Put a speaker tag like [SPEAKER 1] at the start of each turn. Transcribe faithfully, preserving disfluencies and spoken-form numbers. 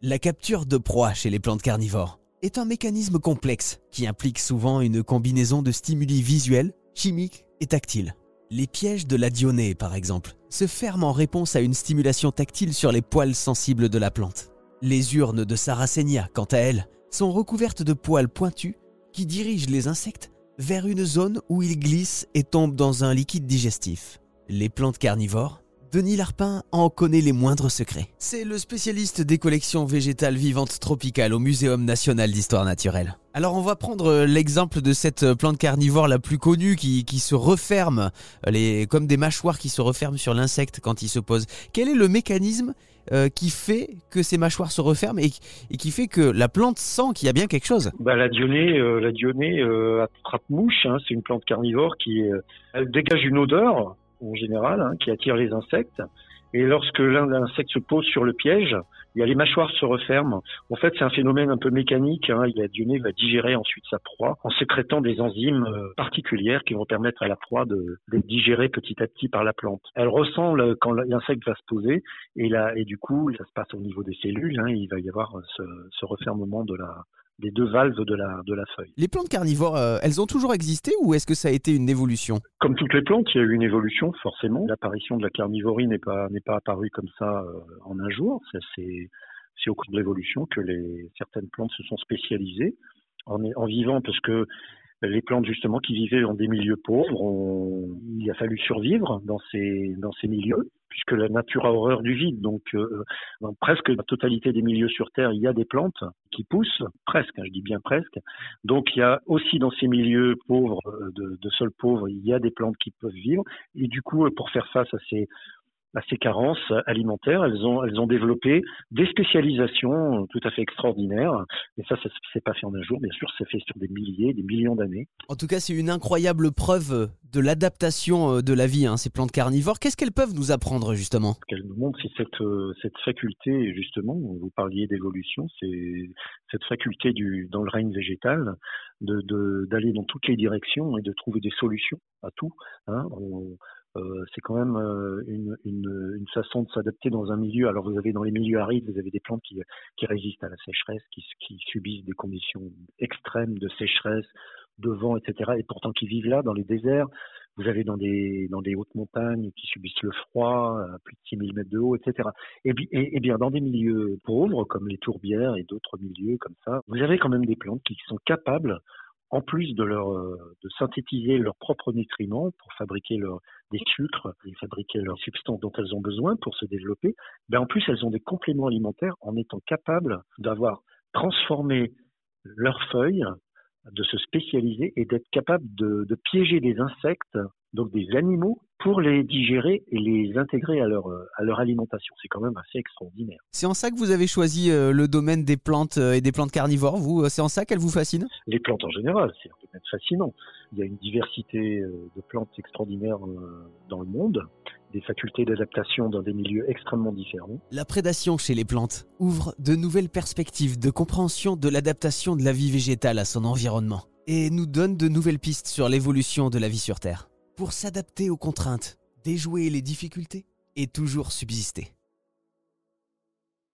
[SPEAKER 1] La capture de proie chez les plantes carnivores est un mécanisme complexe qui implique souvent une combinaison de stimuli visuels, chimiques et tactiles. Les pièges de la dionée, par exemple, se ferment en réponse à une stimulation tactile sur les poils sensibles de la plante. Les urnes de Sarracenia, quant à elles, sont recouvertes de poils pointus qui dirigent les insectes vers une zone où ils glissent et tombent dans un liquide digestif. Les plantes carnivores, Denis Larpin en connaît les moindres secrets. C'est le spécialiste des collections végétales vivantes tropicales au Muséum national d'histoire naturelle. Alors on va prendre l'exemple de cette plante carnivore la plus connue qui, qui se referme, les, comme des mâchoires qui se referment sur l'insecte quand il se pose. Quel est le mécanisme euh, qui fait que ces mâchoires se referment et, et qui fait que la plante sent qu'il y a bien quelque chose?
[SPEAKER 2] Bah, la dionée, euh, la dionée euh, attrape-mouche, hein, c'est une plante carnivore qui euh, elle dégage une odeur en général, hein, qui attire les insectes. Et lorsque l'insecte se pose sur le piège, il y a les mâchoires se referment. En fait, c'est un phénomène un peu mécanique. Hein. La dionée va digérer ensuite sa proie en sécrétant des enzymes particulières qui vont permettre à la proie de, d'être digérée petit à petit par la plante. Elle ressent le, quand l'insecte va se poser et, là, et du coup, ça se passe au niveau des cellules. Hein, il va y avoir ce, ce refermement de la des deux valves de la, de la feuille.
[SPEAKER 1] Les plantes carnivores, euh, elles ont toujours existé ou est-ce que ça a été une évolution?
[SPEAKER 2] Comme toutes les plantes, il y a eu une évolution, forcément. L'apparition de la carnivorie n'est pas, n'est pas apparue comme ça euh, en un jour. Ça, c'est, c'est au cours de l'évolution que les, certaines plantes se sont spécialisées en, en vivant, parce que les plantes justement qui vivaient dans des milieux pauvres, ont, il a fallu survivre dans ces, dans ces milieux, puisque la nature a horreur du vide. Donc, euh, dans presque la totalité des milieux sur Terre, il y a des plantes qui poussent, presque, hein, je dis bien presque. Donc, il y a aussi dans ces milieux pauvres, de, de sol pauvre, il y a des plantes qui peuvent vivre. Et du coup, pour faire face à ces à ces carences alimentaires, elles ont, elles ont développé des spécialisations tout à fait extraordinaires. Et ça, ça ne s'est pas fait en un jour, bien sûr, ça s'est fait sur des milliers, des millions d'années.
[SPEAKER 1] En tout cas, c'est une incroyable preuve de l'adaptation de la vie, hein, ces plantes carnivores. Qu'est-ce qu'elles peuvent nous apprendre, justement?
[SPEAKER 2] Ce qu'elles nous montrent, c'est cette, cette faculté, justement, vous parliez d'évolution, c'est cette faculté du, dans le règne végétal de, de, d'aller dans toutes les directions et de trouver des solutions à tout. Hein. On, Euh, c'est quand même euh, une, une, une façon de s'adapter dans un milieu. Alors vous avez dans les milieux arides, vous avez des plantes qui, qui résistent à la sécheresse, qui, qui subissent des conditions extrêmes de sécheresse, de vent, et cetera. Et pourtant qui vivent là, dans les déserts. Vous avez dans des, dans des hautes montagnes qui subissent le froid, à plus de six mille mètres de haut, et cetera. Et, et, et bien dans des milieux pauvres, comme les tourbières et d'autres milieux comme ça, vous avez quand même des plantes qui sont capables, en plus de leur de synthétiser leurs propres nutriments pour fabriquer leur, des sucres et fabriquer leurs substances dont elles ont besoin pour se développer, ben en plus elles ont des compléments alimentaires en étant capables d'avoir transformé leurs feuilles, de se spécialiser et d'être capables de, de piéger des insectes, donc des animaux, pour les digérer et les intégrer à leur, à leur alimentation. C'est quand même assez extraordinaire.
[SPEAKER 1] C'est en ça que vous avez choisi le domaine des plantes et des plantes carnivores, vous? C'est en ça qu'elles vous fascinent?
[SPEAKER 2] Les plantes en général, c'est un domaine fascinant. Il y a une diversité de plantes extraordinaires dans le monde, des facultés d'adaptation dans des milieux extrêmement différents.
[SPEAKER 1] La prédation chez les plantes ouvre de nouvelles perspectives de compréhension de l'adaptation de la vie végétale à son environnement et nous donne de nouvelles pistes sur l'évolution de la vie sur Terre. Pour s'adapter aux contraintes, déjouer les difficultés et toujours subsister.